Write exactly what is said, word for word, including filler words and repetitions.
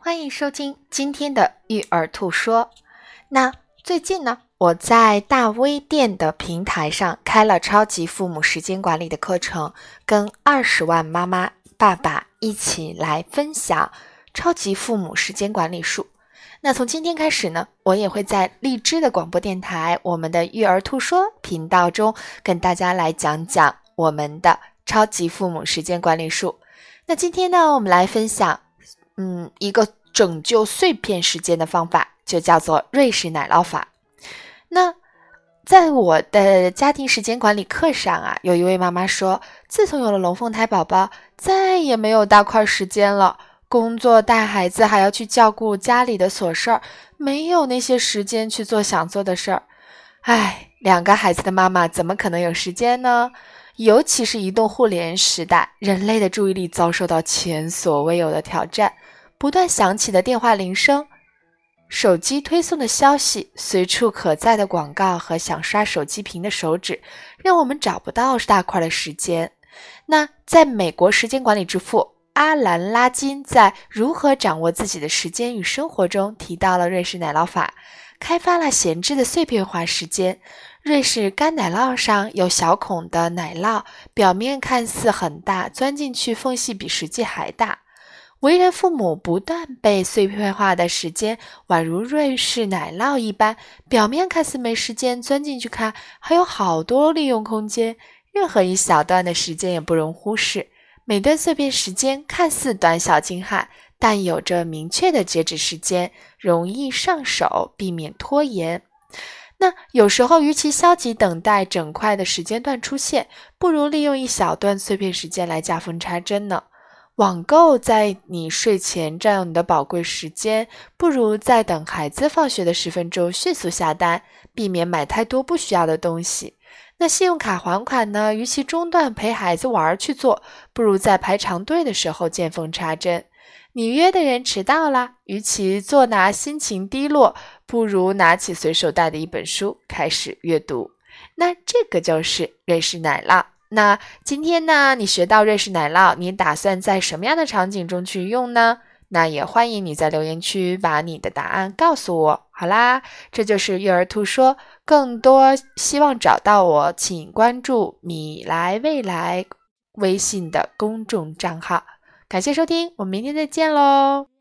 欢迎收听今天的育儿兔说。那最近呢，我在大微店的平台上开了超级父母时间管理的课程，跟二十万妈妈爸爸一起来分享超级父母时间管理术。那从今天开始呢，我也会在荔枝的广播电台我们的育儿兔说频道中跟大家来讲讲我们的超级父母时间管理术。那今天呢，我们来分享嗯，一个拯救碎片时间的方法，就叫做瑞士奶酪法。那在我的家庭时间管理课上啊，有一位妈妈说，自从有了龙凤胎宝宝，再也没有大块时间了，工作带孩子还要去照顾家里的琐事儿，没有那些时间去做想做的事儿。唉，两个孩子的妈妈怎么可能有时间呢？尤其是移动互联时代，人类的注意力遭受到前所未有的挑战，不断响起的电话铃声，手机推送的消息，随处可在的广告和想刷手机屏的手指，让我们找不到大块的时间。那在美国时间管理之父阿兰·拉金在《如何掌握自己的时间与生活》中提到了瑞士奶酪法，开发了闲置的碎片化时间。瑞士干奶酪上有小孔的奶酪，表面看似很大，钻进去缝隙比实际还大。为人父母不断被碎片化的时间宛如瑞士奶酪一般，表面看似没时间，钻进去看还有好多利用空间，任何一小段的时间也不容忽视。每段碎片时间看似短小精悍，但有着明确的截止时间，容易上手，避免拖延。那有时候与其消极等待整块的时间段出现，不如利用一小段碎片时间来夹缝插针呢。网购在你睡前占用你的宝贵时间，不如在等孩子放学的十分钟迅速下单，避免买太多不需要的东西。那信用卡还款呢，与其中断陪孩子玩去做，不如在排长队的时候见缝插针。你约的人迟到了，与其作拿心情低落，不如拿起随手带的一本书开始阅读。那这个就是瑞士奶酪。那今天呢，你学到瑞士奶酪，你打算在什么样的场景中去用呢？那也欢迎你在留言区把你的答案告诉我。好啦，这就是育儿兔说，更多希望找到我，请关注米来未来微信的公众账号。感谢收听，我们明天再见喽。